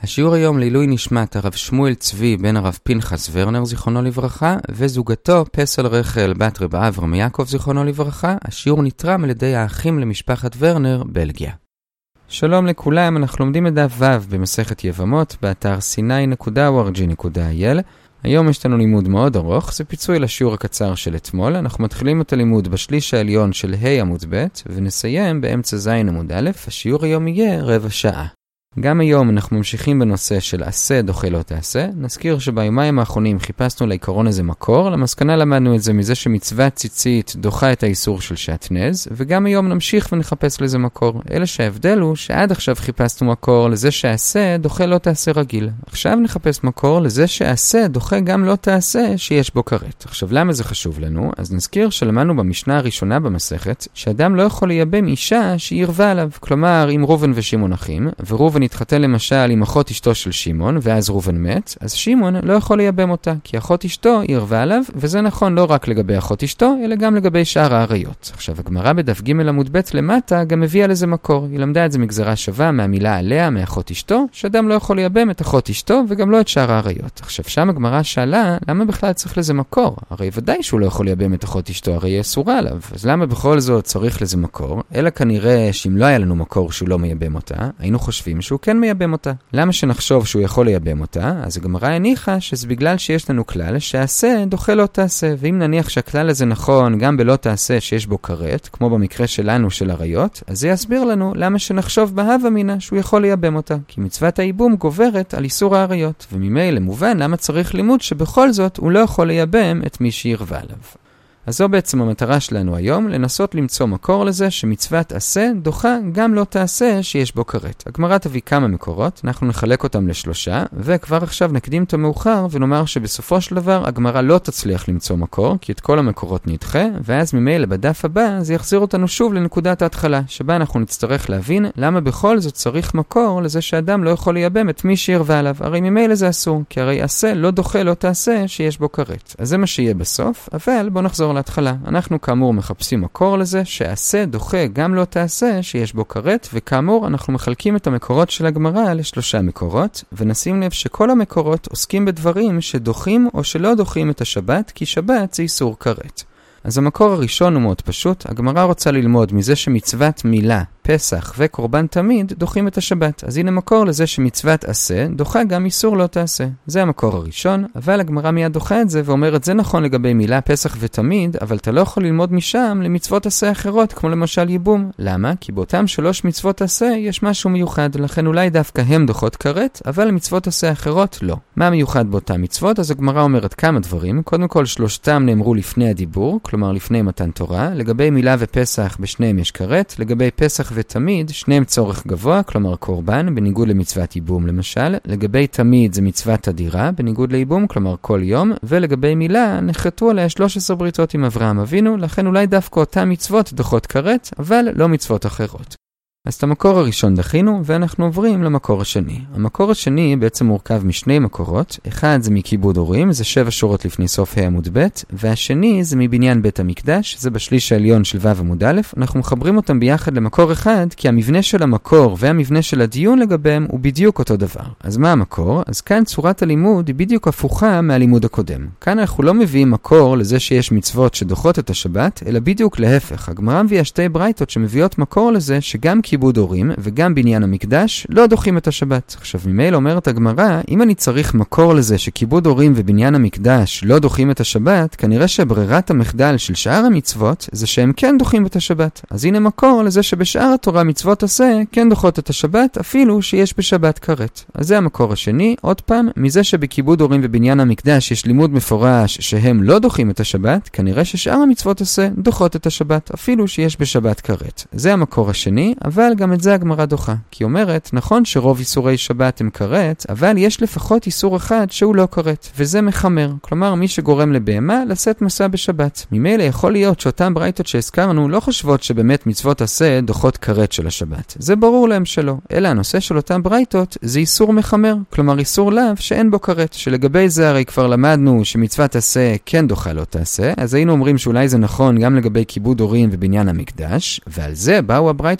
השיעור היום לעילוי נשמת הרב שמואל צבי בן הרב פנחס ורנר זיכרונו לברכה וזוגתו פסל רחל בת רב אברהם יעקב זיכרונו לברכה. השיעור נתרם על ידי האחים למשפחת ורנר, בלגיה. שלום לכולם, אנחנו לומדים את דף ו' במסכת יבמות באתר sinai.org.il. היום יש לנו לימוד מאוד ארוך, זה פיצוי לשיעור הקצר של אתמול. אנחנו מתחילים את הלימוד בשליש העליון של ה' עמוד ב' ונסיים באמצע ז' עמוד א'. השיעור היום יהיה רבע שעה. גם היום אנחנו ממשיכים בנושא של עשה דוחה לא תעשה. נזכיר שביומיים האחרונים חיפשנו לעיקרון הזה מקור. למסקנה למדנו את זה מזה שמצוות ציצית דוחה את האיסור של שעטנז, וגם היום נמשיך ונחפש לזה מקור. אלא שההבדל הוא שעד עכשיו חיפשנו מקור לזה שעשה דוחה לא תעשה רגיל. עכשיו נחפש מקור לזה שעשה דוחה גם לא תעשה שיש בו כרת. עכשיו למה זה חשוב לנו? אז נזכיר שלמדנו במשנה הראשונה במסכת שאדם לא יכול לייבם אישה שהיא ערווה עליו. כלומר, אם ראובן ושמעון אחים, וראובן התחתן למשל עם אחות אשתו של שמעון, ואז ראובן מת, אז שמעון לא יכול לייבם אותה, כי אחות אשתו היא ערווה עליו, וזה נכון לא רק לגבי אחות אשתו, אלא גם לגבי שאר העריות. עכשיו, הגמרא בדף ג' עמוד ב' למטה גם הביאה לזה מקור. היא למדה את זה מגזרה שווה מהמילה עליה, מאחות אשתו, שאדם לא יכול לייבם את אחות אשתו, וגם לא את שאר העריות. עכשיו, שם הגמרא שאלה, למה בכלל צריך לזה מקור? הרי ודאי שהוא לא יכול לייבם את אחות אשתו, הרי היא אסורה עליו. אז למה בכל זאת צריך לזה מקור? אלא כנראה שאם לא היה לנו מקור שהוא לא מייבם אותה, היינו חושבים שהוא כן מייבם אותה. למה שנחשוב שהוא יכול לייבם אותה? אז הגמרא הניחה שזה בגלל שיש לנו כלל שעשה דוחה לא תעשה, ואם נניח שהכלל הזה נכון גם בלא תעשה שיש בו כרת, כמו במקרה שלנו של עריות, אז זה יסביר לנו למה שנחשוב בהווה מינה שהוא יכול לייבם אותה, כי מצוות הייבום גוברת על איסור העריות, וממילא מובן למה צריך לימוד שבכל זאת הוא לא יכול לייבם את מי שירווה עליו. אז זו בעצם המטרה שלנו היום, לנסות למצוא מקור לזה שמצוות עשה דוחה גם לא תעשה שיש בו כרת. הגמרא תביא כמה מקורות, אנחנו נחלק אותם לשלושה, וכבר עכשיו נקדים את המאוחר ונאמר שבסופו של דבר הגמרא לא תצליח למצוא מקור, כי את כל המקורות נדחה, ואז ממילא בדף הבא זה יחזיר אותנו שוב לנקודת ההתחלה, שבה אנחנו נצטרך להבין למה בכל זאת צריך מקור לזה שאדם לא יכול לייבם את מי שירווה עליו. הרי ממילא זה אסור, כי הרי עשה לא דוחה לא תעשה שיש בו כרת. אז זה מה שיהיה בסוף, אבל בוא נחזור להתחלה. אנחנו כאמור מחפשים מקור לזה שעשה דוחה גם לא תעשה שיש בו כרת, וכאמור אנחנו מחלקים את המקורות של הגמרא לשלושה מקורות, ונשים לב שכל המקורות עוסקים בדברים שדוחים או שלא דוחים את השבת, כי שבת זה איסור כרת. אז המקור הראשון הוא מאוד פשוט. הגמרא רוצה ללמוד מזה שמצוות מילה, פסח וקורבן תמיד דוחים את השבת. אז הנה מקור לזה שמצוות עשה דוחה גם איסור לא תעשה. זה המקור הראשון, אבל הגמרא מיד דוחה את זה ואומרת זה נכון לגבי מילה, פסח ותמיד, אבל אתה לא יכול ללמוד משם למצוות עשה אחרות, כמו למשל ייבום. למה? כי באותם 3 מצוות עשה יש משהו מיוחד, לכן אולי דווקא הם דוחות כרת, אבל למצוות עשה אחרות לא. מה מיוחד באותם מצוות? אז הגמרא אומרת כמה דברים. קודם כל, שלושתם נאמרו לפני הדיבור, כלומר לפני מתן תורה. לגבי מילה ופסח בשניהם יש כרת, לגבי פסח ותמיד שניהם צורך גבוה, כלומר קורבן, בניגוד למצוות ייבום למשל. לגבי תמיד זה מצוות אדירה, בניגוד לייבום, כלומר כל יום. ולגבי מילה נחתו עליה 13 בריתות עם אברהם אבינו, לכן אולי דווקא אותם מצוות דוחות כרת, אבל לא מצוות אחרות. אז את המקור הראשון דחינו, ואנחנו עוברים למקור השני. המקור השני בעצם מורכב משני מקורות. אחד זה מכיבוד הורים, זה 7 שורות לפני סוף ה' עמוד ב', והשני זה מבניין בית המקדש, זה בשליש העליון של ו' עמוד א'. אנחנו מחברים אותם ביחד למקור אחד, כי המבנה של המקור והמבנה של הדיון לגביהם הוא בדיוק אותו דבר. אז מה המקור? אז כאן צורת הלימוד היא בדיוק הפוכה מהלימוד הקודם. כאן אנחנו לא מביאים מקור לזה שיש מצוות שדוחות את השבת, אלא בדיוק להפך. הגמרא מביאה 2 ברייתות שמביאות מקור לזה שגם כיבוד הורים וגם בניין המקדש לא דוחים את השבת. עכשיו ממילא אומרת הגמרא, אם אני צריך מקור לזה שכיבוד הורים ובניין המקדש לא דוחים את השבת, כנראה שברירת המחדל של שאר המצוות זה שהם כן דוחים את השבת. אז הנה מקור לזה שבשאר התורה מצוות עשה כן דוחות את השבת, אפילו שיש בשבת כרת. אז זה המקור השני. עוד פעם, מזה שבכיבוד הורים ובניין המקדש יש לימוד מפורש שהם לא דוחים את השבת, כנראה ששאר המצוות עשה דוחות את השבת, אפילו שיש בשבת כרת. זה המקור השני, אבל גם את זה הגמרא דוחה. כי אומרת, נכון שרוב איסורי שבת הם כרת, אבל יש לפחות איסור אחד שהוא לא כרת, וזה מחמר. כלומר, מי שגורם לבהמה לשאת מסע בשבת. ממילא יכול להיות שאותם ברייתות שהזכרנו לא חושבות שבאמת מצוות עשה דוחות כרת של השבת. זה ברור להם שלא. אלא הנושא של אותם ברייתות זה איסור מחמר. כלומר, איסור לאו שאין בו כרת. שלגבי זה הרי כבר למדנו שמצוות עשה כן דוחה לא תעשה, אז היינו אומרים שאולי זה נכון גם לגבי כיבוד הורים ובניין המקדש, ועל זה באו הברייתות ואמרו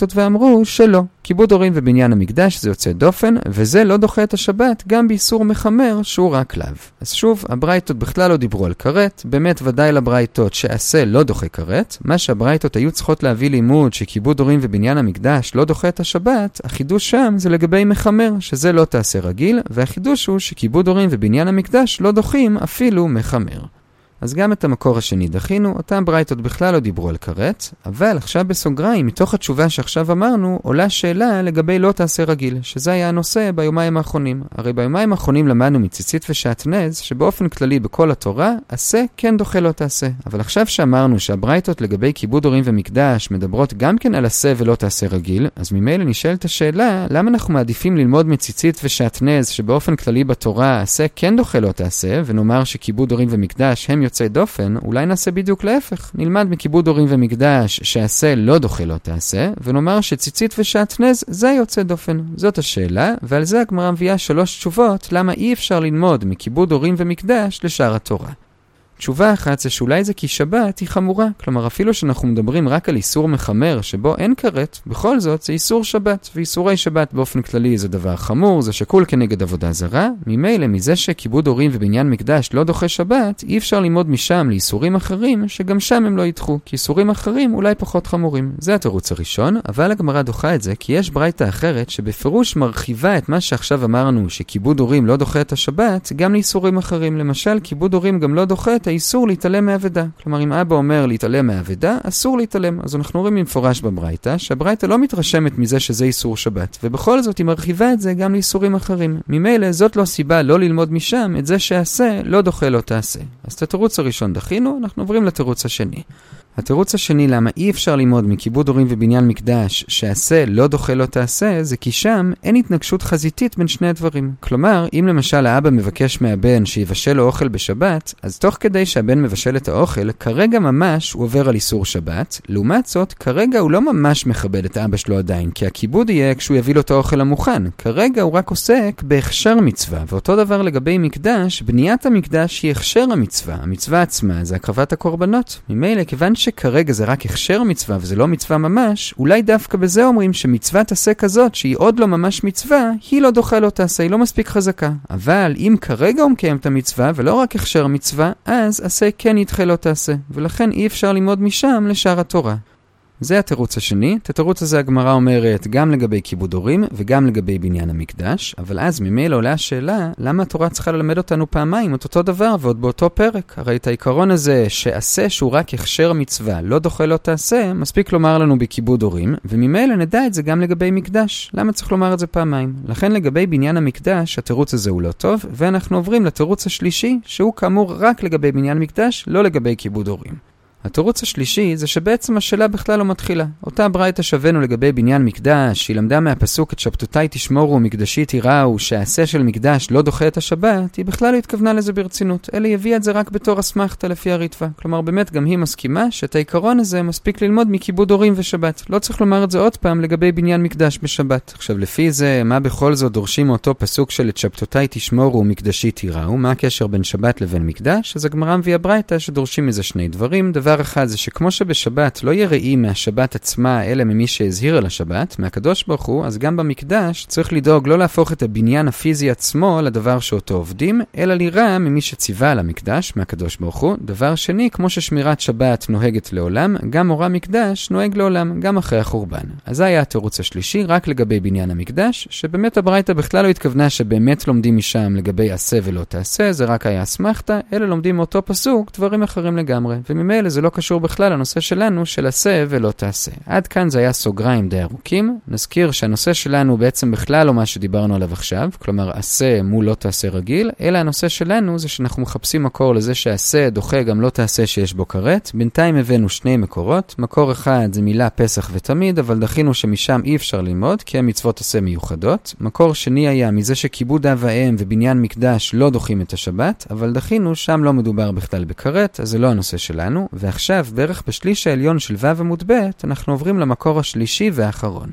הוא שלא. כיבוד הורים ובניין המקדש זה יוצא דופן, וזה לא דוחה את השבת גם באיסור מחמר שהוא רק לאו. אז שוב, הברייתות בכלל לא דיברו על כרת, באמת ודאי לברייתות שעשה לא דוחה כרת, מה שהברייתות היו צריכות להביא לימוד שכיבוד הורים ובניין המקדש לא דוחה את השבת, החידוש שם זה לגבי מחמר, שזה לא תעשה רגיל, והחידוש הוא שכיבוד הורים ובניין המקדש לא דוחים אפילו מחמר. אז גם את המקור השני דחינו, אותם ברייתות בכלל לא דיברו על כרת, אבל עכשיו בסוגריים, מתוך התשובה שעכשיו אמרנו, עולה שאלה לגבי לא תעשה רגיל, שזה היה הנושא ביומיים האחרונים. הרי ביומיים האחרונים למדנו מציצית ושעטנז, שבאופן כללי בכל התורה, עשה כן דוחה לא תעשה. אבל עכשיו שאמרנו שהברייתות לגבי כיבוד הורים ומקדש מדברות גם כן על עשה ולא תעשה רגיל, אז ממילא נשאלת השאלה, למה אנחנו מעדיפים ללמוד מציצית ושעטנז, שבאופן כללי בתורה עשה כן דוחה לא תעשה, ונאמר שכיבוד הורים ומקדש הם יוצאי דופן, אולי נעשה בדיוק להפך. נלמד מכיבוד הורים ומקדש שעשה לא דוחה לא תעשה, ונאמר שציצית ושעטנז זה יוצא דופן. זאת השאלה, ועל זה הגמרא מביאה 3 תשובות למה אי אפשר ללמוד מכיבוד הורים ומקדש לשאר התורה. תשובה אחת זה שאולי זה כי שבת היא חמורה, כלומר אפילו שאנחנו מדברים רק על איסור מחמר שבו אין כרת, בכל זאת זה איסור שבת, ואיסורי שבת באופן כללי זה דבר חמור, זה שקול כנגד עבודה זרה, ממילא מזה שכיבוד הורים ובניין מקדש לא דוחה שבת, אי אפשר ללמוד משם לאיסורים אחרים שגם שם הם לא ידחו, כי איסורים אחרים אולי פחות חמורים. זה התירוץ הראשון, אבל הגמרא דוחה את זה כי יש ברייתא אחרת שבפירוש מרחיבה את מה שעכשיו אמרנו שכיבוד הורים לא דוחה את השבת, גם לאיסורים אחרים. למשל, כיבוד הורים גם לא דוחה את האיסור להתעלם מהאבדה. כלומר, אם אבא אומר להתעלם מהאבדה, אסור להתעלם. אז אנחנו רואים במפורש בברייתא, שהברייתא לא מתרשמת מזה שזה איסור שבת, ובכל זאת היא מרחיבה את זה גם לאיסורים אחרים. ממילא זאת לא סיבה לא ללמוד משם את זה שעשה לא דוחה לא תעשה. אז את התירוץ הראשון דחינו, אנחנו עוברים לתירוץ השני. התירוץ השני למה אי אפשר ללמוד מכיבוד הורים ובניין מקדש שעשה לא דוחה לא תעשה, זה כי שם אין התנגשות חזיתית בין שני הדברים. כלומר, אם למשל האבא מבקש מהבן שיבשל לו אוכל בשבת, אז תוך כדי שהבן מבשל את האוכל, כרגע ממש הוא עובר על איסור שבת, לעומת זאת, כרגע הוא לא ממש מכבד את אבא שלו עדיין, כי הכיבוד יהיה כשהוא יביא לו את האוכל המוכן. כרגע הוא רק עוסק בהכשר מצווה, ואותו דבר לגבי מקדש, בניית המקדש היא הכשר המצווה. המצווה עצמה זה הקרבת הקורבנות. ממילא, כיוון שכרגע זה רק הכשר מצווה וזה לא מצווה ממש, אולי דווקא בזה אומרים שמצוות עשה כזאת שהיא עוד לא ממש מצווה, היא לא דוחה לא תעשה, היא לא מספיק חזקה. אבל אם כרגע הוא מקיים את המצווה ולא רק הכשר מצווה, אז עשה כן ידחה לא תעשה, ולכן אי אפשר ללמוד משם לשאר התורה. זה התירוץ השני. את התירוץ הזה הגמרא אומרת גם לגבי כיבוד הורים וגם לגבי בניין המקדש, אבל אז ממילא עולה השאלה, למה התורה צריכה ללמד אותנו פעמיים את אותו דבר ועוד באותו פרק? הרי את העיקרון הזה שעשה שהוא רק הכשר מצווה, לא דוחה לא תעשה, מספיק לומר לנו בכיבוד הורים, וממילא נדע את זה גם לגבי מקדש. למה צריך לומר את זה פעמיים? לכן לגבי בניין המקדש, התירוץ הזה הוא לא טוב, ואנחנו עוברים לתירוץ השלישי, שהוא כאמור רק לגבי בניין מקדש, לא לגבי כיבוד הורים. התירוץ השלישי זה שבעצם השאלה בכלל לא מתחילה. אותה ברייתא שווינו לגבי בניין מקדש, היא למדה מהפסוק את שבתותיי תשמורו ומקדשי תיראו, שהעשה של מקדש לא דוחה את השבת, היא בכלל לא התכוונה לזה ברצינות, אלא היא הביאה את זה רק בתור אסמכתא לפי הריטב"א. כלומר באמת גם היא מסכימה שאת העיקרון הזה מספיק ללמוד מכיבוד הורים ושבת. לא צריך לומר את זה עוד פעם לגבי בניין מקדש בשבת. עכשיו לפי זה, מה בכל זאת דורשים מאותו פסוק של את שבתותיי תשמורו ומקדשי תיראו? מה הקשר בין שבת לבין מקדש? אז הגמרא מביאה ברייתא שדורשים מזה שני דברים. דבר אחד זה שכמו שבשבת לא יראי מהשבת עצמה אלא ממי שהזהיר על השבת, מהקדוש ברוך הוא, אז גם במקדש צריך לדאוג לא להפוך את הבניין הפיזי עצמו לדבר שאותו עובדים, אלא לירא ממי שציווה על המקדש, מהקדוש ברוך הוא. דבר שני, כמו ששמירת שבת נוהגת לעולם, גם מורה מקדש נוהג לעולם, גם אחרי החורבן. אז זה היה התירוץ השלישי, רק לגבי בניין המקדש, שבאמת הברייתא בכלל לא התכוונה שבאמת לומדים משם לגבי עשה ולא תעשה, זה רק היה אסמכתא, אלא לומדים מאותו פסוק דברים אחרים לגמרי, וממילא זה לא קשור בכלל לנושא שלנו של עשה ולא תעשה. עד כאן זה היה סוגריים די ארוכים. נזכיר שהנושא שלנו בעצם בכלל לא מה שדיברנו עליו עכשיו, כלומר עשה מול לא תעשה רגיל, אלא הנושא שלנו זה שאנחנו מחפשים מקור לזה שעשה דוחה גם לא תעשה שיש בו כרת. בינתיים הבאנו שני מקורות. מקור אחד זה מילה פסח ותמיד, אבל דחינו שמשם אי אפשר ללמוד, כי המצוות עשה מיוחדות. מקור שני היה מזה שכיבוד אב ואם ובניין מקדש לא דוחים את השבת, אבל דחינו שם לא מדובר בכלל בכרת, אז זה לא הנושא שלנו. ועכשיו, בערך בשליש העליון של ו' עמוד ב', אנחנו עוברים למקור השלישי והאחרון.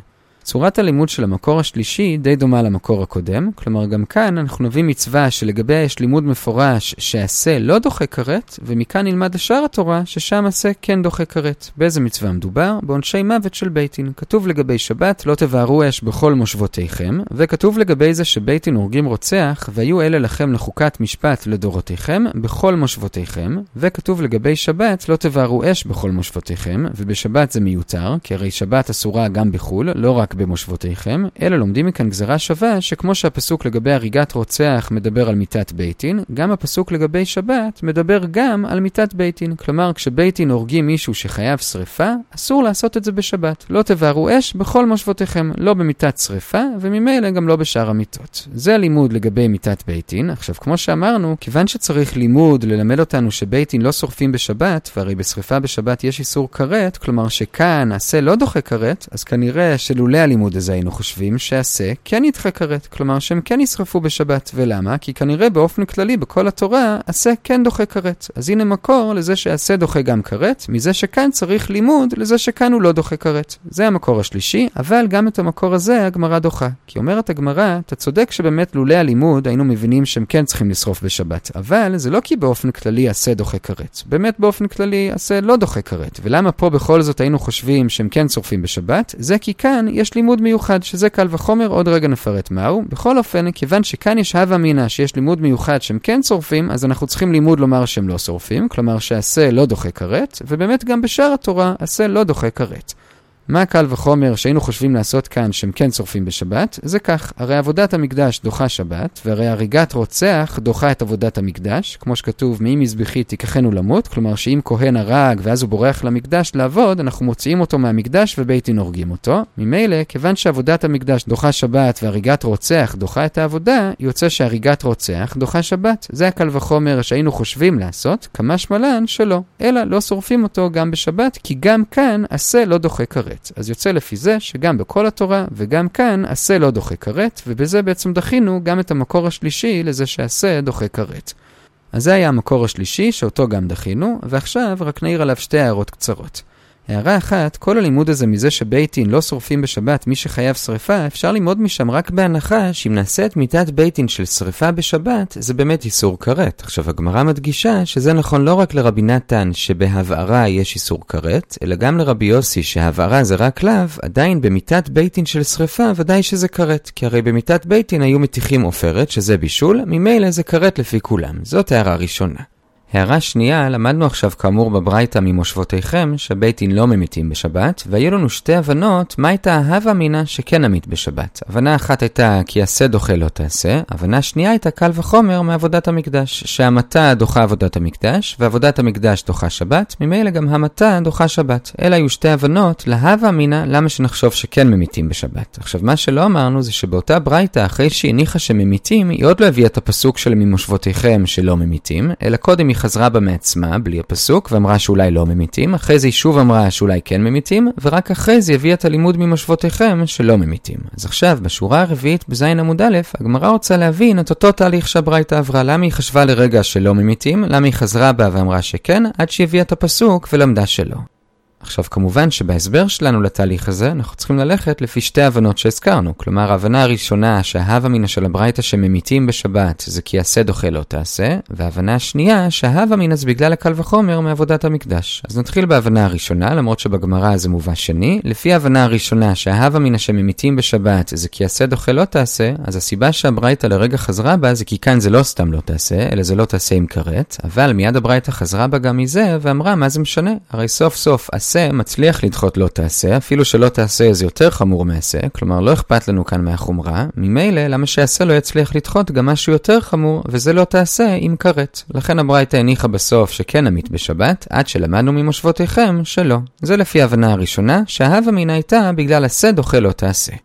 צורת הלימוד של המקור השלישי די דומה למקור הקודם, כלומר גם כאן אנחנו נביא מצווה שלגביה יש לימוד מפורש שעשה לא דוחה כרת, ומכאן נלמד השאר התורה ששם עשה כן דוחה כרת. באיזה מצווה מדובר? בעונשי מוות של בית דין. כתוב לגבי שבת לא תבערו אש בכל מושבותיכם, וכתוב לגבי זה שבית דין הורגים רוצח, והיו אלה לכם לחוקת משפט לדורותיכם בכל מושבותיכם, וכתוב לגבי שבת לא תבערו אש בכל מושבותיכם, ובשבת זה מיותר, כי הרי שבת אסורה גם בחול, לא רק במושבותיכם, אלא לומדים מכאן גזרה שווה שכמו שהפסוק לגבי הריגת רוצח מדבר על מיתת בית דין, גם הפסוק לגבי שבת מדבר גם על מיתת בית דין. כלומר, כשבית דין הורגים מישהו שחייב שריפה, אסור לעשות את זה בשבת. לא תבערו אש בכל מושבותיכם, לא במיתת שריפה, וממילא גם לא בשאר המיתות. זה הלימוד לגבי מיתת בית דין. עכשיו, כמו שאמרנו, כיוון שצריך לימוד ללמד אותנו שבית דין לא שורפים בשבת, והרי בשריפה בשבת יש איסור כרת, כלומר שכאן עשה לא דוחה כרת, אז כנראה שלולא הלימוד הזה היינו חושבים שעשה כן ידחה כרת, כלומר שהם כן ישרפו בשבת. ולמה? כי כנראה באופן כללי בכל התורה עשה כן דוחה כרת. אז הנה מקור לזה שעשה דוחה גם כרת, מזה שכאן צריך לימוד לזה שכאן הוא לא דוחה כרת. זה המקור השלישי, אבל גם את המקור הזה הגמרא דוחה. כי אומרת הגמרא, אתה צודק שבאמת לולא הלימוד היינו מבינים שהם כן צריכים לשרוף בשבת, אבל זה לא כי באופן כללי עשה דוחה כרת. באמת באופן כללי עשה לא דוחה כרת. ולמה פה בכל זאת היינו חושבים שהם כן שורפים בשבת? זה כי כאן יש לימוד מיוחד, שזה קל וחומר, עוד רגע נפרט מהו. בכל אופן, כיוון שכאן יש הווה אמינא שיש לימוד מיוחד שהם כן שורפים, אז אנחנו צריכים לימוד לומר שהם לא שורפים, כלומר שעשה לא דוחה כרת, ובאמת גם בשאר התורה עשה לא דוחה כרת. מה קל וחומר שהיינו חושבים לעשות כאן שהם כן שורפים בשבת? זה כך, הרי עבודת המקדש דוחה שבת, והרי הריגת רוצח דוחה את עבודת המקדש, כמו שכתוב, מאם מזבחי תיקחנו למות, כלומר שאם כהן הרג ואז הוא בורח למקדש לעבוד, אנחנו מוציאים אותו מהמקדש ובית דין הורגים אותו. ממילא, כיוון שעבודת המקדש דוחה שבת והריגת רוצח דוחה את העבודה, יוצא שהריגת רוצח דוחה שבת. זה הקל וחומר שהיינו חושבים לעשות, כמה שמלן שלא, אלא לא שורפים אותו גם בשבת, כי גם כאן עשה לא דוחה כרת. אז יוצא לפי זה שגם בכל התורה וגם כאן עשה לא דוחה כרת, ובזה בעצם דחינו גם את המקור השלישי לזה שעשה דוחה כרת. אז זה היה המקור השלישי שאותו גם דחינו, ועכשיו רק נעיר עליו שתי הערות קצרות. הערה אחת, כל הלימוד הזה מזה שבית דין לא שורפים בשבת מי שחייב שריפה, אפשר ללמוד משם רק בהנחה שאם נעשה את מיתת בית דין של שריפה בשבת, זה באמת איסור כרת. עכשיו הגמרא מדגישה שזה נכון לא רק לרבי נתן שבהבערה יש איסור כרת, אלא גם לרבי יוסי שהבערה זה רק לאו, עדיין במיתת בית דין של שריפה ודאי שזה כרת, כי הרי במיתת בית דין היו מתיחים עופרת, שזה בישול, ממילא זה כרת לפי כולם. זאת הערה ראשונה. הערה שנייה, למדנו עכשיו כאמור בברייתא ממושבותיכם שבית דין לא ממיתים בשבת, והיו לנו שתי הבנות מה הייתה ההווה אמינא שכן נמית בשבת. הבנה אחת הייתה כי עשה דוחה לא תעשה, הבנה שנייה הייתה קל וחומר מעבודת המקדש, שהמתה דוחה עבודת המקדש, ועבודת המקדש דוחה שבת, ממילא גם המתה דוחה שבת. אלה היו שתי הבנות להווה אמינא למה שנחשוב שכן ממיתים בשבת. עכשיו מה שלא אמרנו זה שבאותה ברייתא אחרי שהניחה שממיתים, היא עוד לא הביאה את הפסוק של ממושבותיכם שלא ממיתים, אלא קודם היא חזרה בה מעצמה בלי הפסוק ואמרה שאולי לא ממיתים, אחרי זה היא שוב אמרה שאולי כן ממיתים, ורק אחרי זה הביאה את הלימוד ממושבותיכם שלא ממיתים. אז עכשיו בשורה הרביעית בזין עמוד א', הגמרא רוצה להבין את אותו תהליך שהברייתא עברה. למה היא חשבה לרגע שלא ממיתים, למה היא חזרה בה ואמרה שכן, עד שהביאה את הפסוק ולמדה שלא. עכשיו כמובן שבהסבר שלנו לתהליך הזה אנחנו צריכים ללכת לפי שתי הבנות שהזכרנו. כלומר ההבנה הראשונה שההווה אמינא של הברייתא שממיתים בשבת זה כי עשה דוחה לא תעשה, וההבנה השנייה שההווה אמינא זה בגלל הקל וחומר מעבודת המקדש. אז נתחיל בהבנה הראשונה, למרות שבגמרא זה מובא שני. לפי ההבנה הראשונה שההווה אמינא שממיתים בשבת זה כי עשה דוחה לא תעשה, אז הסיבה שהברייתא לרגע חזרה בה זה כי כאן זה לא סתם לא תעשה, אלא זה לא תעשה עם כרת, אבל מיד הברייתא חזרה בה גם מזה ואמרה מה זה משנה? הרי סוף סוף עשה מצליח לדחות לא תעשה, אפילו שלא תעשה זה יותר חמור מעשה, כלומר לא אכפת לנו כאן מהחומרה, ממילא למה שעשה לא יצליח לדחות גם משהו יותר חמור, וזה לא תעשה עם כרת. לכן הברייתא הניחה בסוף שכן נמית בשבת, עד שלמדנו ממושבותיכם שלא. זה לפי ההבנה הראשונה, שההווה אמינא הייתה בגלל עשה דוחה לא תעשה.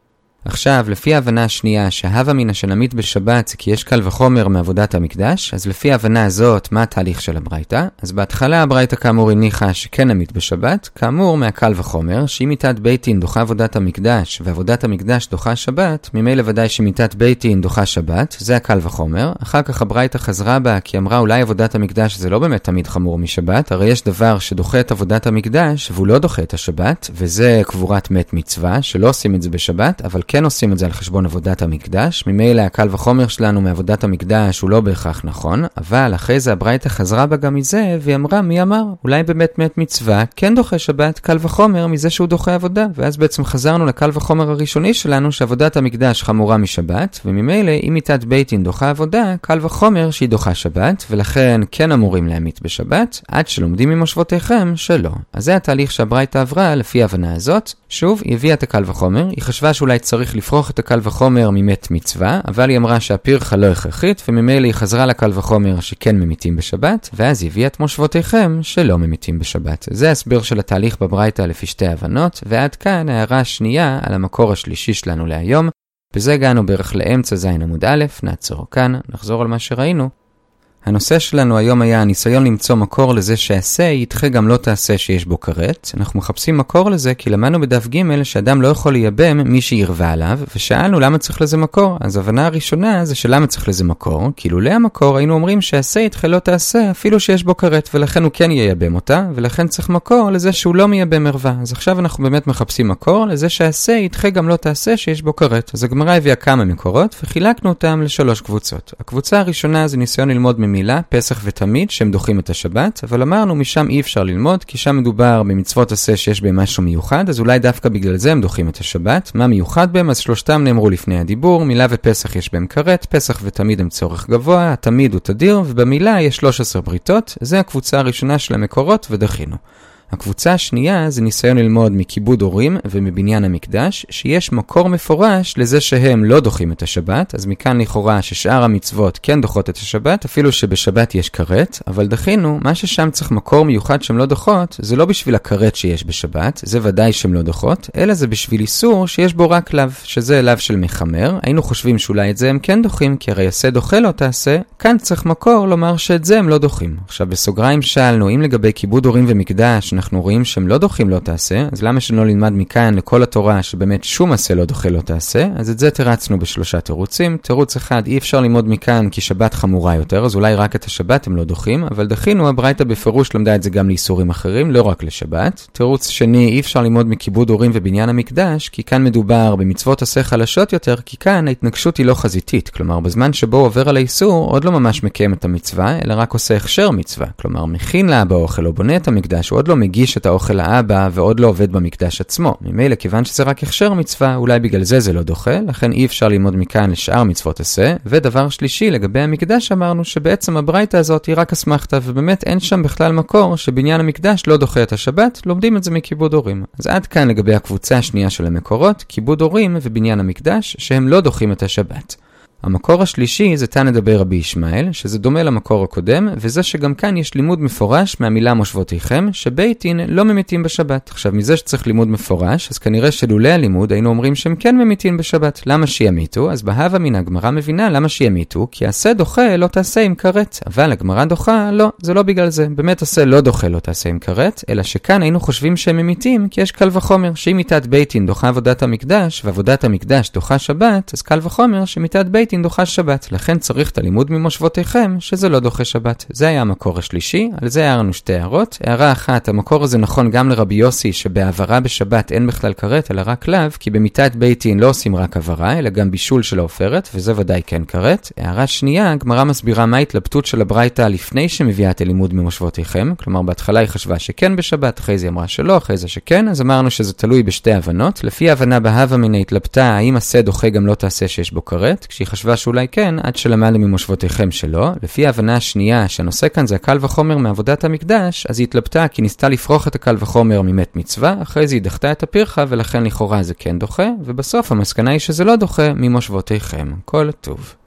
עכשיו, לפי ההבנה השנייה שההווה אמינא שנמית בשבת זה כי יש קל וחומר מעבודת המקדש, אז לפי ההבנה הזאת, מה התהליך של הברייתא? אז בהתחלה הברייתא כאמור הניחה שכן נמית בשבת, כאמור מהקל וחומר, שאם מיתת בית דין דוחה עבודת המקדש ועבודת המקדש דוחה שבת, ממילא ודאי שמיתת בית דין דוחה שבת, זה הקל וחומר. אחר כך הברייתא חזרה בה כי אמרה אולי עבודת המקדש זה לא באמת תמיד חמור משבת, הרי יש דבר שדוחה את עבודת המקדש והוא לא דוחה את השבת, וזה קבורת מת מצווה, שלא עושים את זה בשבת, אבל כן עושים את זה על חשבון עבודת המקדש. ממילא הקל וחומר שלנו מעבודת המקדש הוא לא בהכרח נכון, אבל אחרי זה הברייתא חזרה בה גם מזה, והיא אמרה, מי אמר? אולי באמת מת מצווה כן דוחה שבת קל וחומר מזה שהוא דוחה עבודה, ואז בעצם חזרנו לקל וחומר הראשוני שלנו שעבודת המקדש חמורה משבת, וממילא אם מיתת בית דין דוחה עבודה, קל וחומר שהיא דוחה שבת, ולכן כן אמורים להמית בשבת, עד שלומדים ממושבותיכם שלא. אז זה התהליך שהברייתא עברה לפי ההבנה הזאת. שוב, היא הביאה את הקל וחומר, היא חשבה שאולי צריך לפרוח את הקל וחומר ממת מצווה, אבל היא אמרה שהפירחה לא הכרחית, וממילא היא חזרה לקל וחומר שכן ממיתים בשבת, ואז היא הביאה את מושבותיכם שלא ממיתים בשבת. זה ההסבר של התהליך בברייתא לפי שתי הבנות, ועד כאן ההערה השנייה על המקור השלישי שלנו להיום. בזה הגענו בערך לאמצע זין עמוד א', נעצור כאן, נחזור על מה שראינו. הנושא שלנו היום היה הניסיון למצוא מקור לזה שעשה ידחה גם לא תעשה שיש בו כרת. אנחנו מחפשים מקור לזה כי למדנו בדף ג' שאדם לא יכול לייבם מי שירווה עליו, ושאלנו למה צריך לזה מקור. אז ההבנה הראשונה זה שלמה צריך לזה מקור, כי לולא המקור היינו אומרים שעשה ידחה לא תעשה אפילו שיש בו כרת, ולכן הוא כן ייבם אותה, ולכן צריך מקור לזה שהוא לא מייבם ערווה. אז עכשיו אנחנו באמת מחפשים מקור לזה שעשה ידחה גם לא תעשה שיש בו כרת. אז הגמרא הביאה כמה מקורות וחילקנו אותם לשלוש קבוצות. הקבוצה הראשונה זה ניסיון ללמוד מילה, פסח ותמיד, שהם דוחים את השבת, אבל אמרנו משם אי אפשר ללמוד, כי שם מדובר במצוות עשה שיש בהם משהו מיוחד, אז אולי דווקא בגלל זה הם דוחים את השבת. מה מיוחד בהם? אז שלושתם נאמרו לפני הדיבור, מילה ופסח יש בהם כרת, פסח ותמיד הם צורך גבוה, התמיד הוא תדיר, ובמילה יש 13 בריתות, זה הקבוצה הראשונה של המקורות ודחינו. הקבוצה השנייה זה ניסיון ללמוד מכיבוד הורים ומבניין המקדש, שיש מקור מפורש לזה שהם לא דוחים את השבת, אז מכאן לכאורה ששאר המצוות כן דוחות את השבת, אפילו שבשבת יש כרת, אבל דחינו, מה ששם צריך מקור מיוחד שהם לא דוחות, זה לא בשביל הכרת שיש בשבת, זה ודאי שהם לא דוחות, אלא זה בשביל איסור שיש בו רק לאו, שזה לאו של מחמר. היינו חושבים שאולי את זה הם כן דוחים, כי הרי עשה דוחה לא תעשה, כאן צריך מקור לומר שאת זה הם לא דוחים. עכשיו בסוגריים שאלנו, אם לגבי כיבוד הורים ומקדש אנחנו רואים שהם לא דוחים לא תעשה, אז למה שלא נלמד מכאן לכל התורה שבאמת שום עשה לא דוחה לא תעשה? אז את זה תרצנו בשלושה תירוצים. תירוץ אחד, אי אפשר ללמוד מכאן כי שבת חמורה יותר, אז אולי רק את השבת הם לא דוחים, אבל דחינו, הברייתא בפירוש למדה את זה גם לאיסורים אחרים, לא רק לשבת. תירוץ שני, אי אפשר ללמוד מכיבוד הורים ובניין המקדש, כי כאן מדובר במצוות עשה חלשות יותר, כי כאן ההתנגשות היא לא חזיתית, כלומר בזמן שבו עובר על האיסור, עוד לא ממש מקיים את המצווה, אלא רק עושה הכשר מצווה, כלומר מכין לאבא אוכל או בונה את המקדש, הוא עוד לא מגיש את האוכל לאבא ועוד לא עובד במקדש עצמו. ממילא כיוון שזה רק הכשר מצווה, אולי בגלל זה לא דוחה, לכן אי אפשר ללמוד מכאן לשאר מצוות עשה. ודבר שלישי, לגבי המקדש אמרנו שבעצם הברייתא הזאת היא רק אסמכתא, ובאמת אין שם בכלל מקור שבניין המקדש לא דוחה את השבת, לומדים את זה מכיבוד הורים. אז עד כאן לגבי הקבוצה השנייה של המקורות, כיבוד הורים ובניין המקדש, שהם לא דוחים את השבת. המקור השלישי זה תנא דבר רבי ישמעאל, שזה דומה למקור הקודם, וזה שגם כאן יש לימוד מפורש מהמילה מושבותיכם, שבית דין לא ממיתים בשבת. עכשיו מזה שצריך לימוד מפורש, אז כנראה שלולא הלימוד היינו אומרים שהם כן ממיתים בשבת. למה שימיתו? אז בהווה מן הגמרא מבינה למה שימיתו, כי עשה דוחה לא תעשה עם כרת, אבל הגמרא דוחה לא, זה לא בגלל זה. באמת עשה לא דוחה לא תעשה עם כרת, אלא שכאן היינו חושבים שהם ממיתים, כי יש קל וחומר שאם מיתת בית דין דוחה עבודת המקדש, ועבודת המקדש דוחה שבת, אז קל וחומר שמיתת בית דין דוחה שבת. לכן צריך את הלימוד ממושבותיכם שזה לא דוחה שבת. זה היה המקור השלישי, על זה הערנו שתי הערות. הערה אחת, המקור הזה נכון גם לרבי יוסי שבעברה בשבת אין בכלל כרת אלא רק לאו, כי במיתת בית דין לא עושים רק עברה אלא גם בישול של העופרת, וזה ודאי כן כרת. הערה שנייה, הגמרא מסבירה מה ההתלבטות של הברייתא לפני שמביאה את הלימוד ממושבותיכם, כלומר בהתחלה היא חשבה שכן בשבת, אחרי זה אמרה שלא, אחרי זה שכן, אז אמרנו שזה תלוי בשתי הבנות. לפי ההבנה בהווה מן התלבטה האם עשה דוחה גם לא תעשה שיש בו כרת, כשהיא חשבה שאולי כן, עד שלמדנו ממושבותיכם שלא. לפי ההבנה השנייה שהנושא כאן זה הקל וחומר מעבודת המקדש, אז היא התלבטה כי ניסתה לפרוח את הקל וחומר ממת מצווה, אחרי זה היא דחתה את הפירחה ולכן לכאורה זה כן דוחה, ובסוף המסקנה היא שזה לא דוחה ממושבותיכם. כל טוב.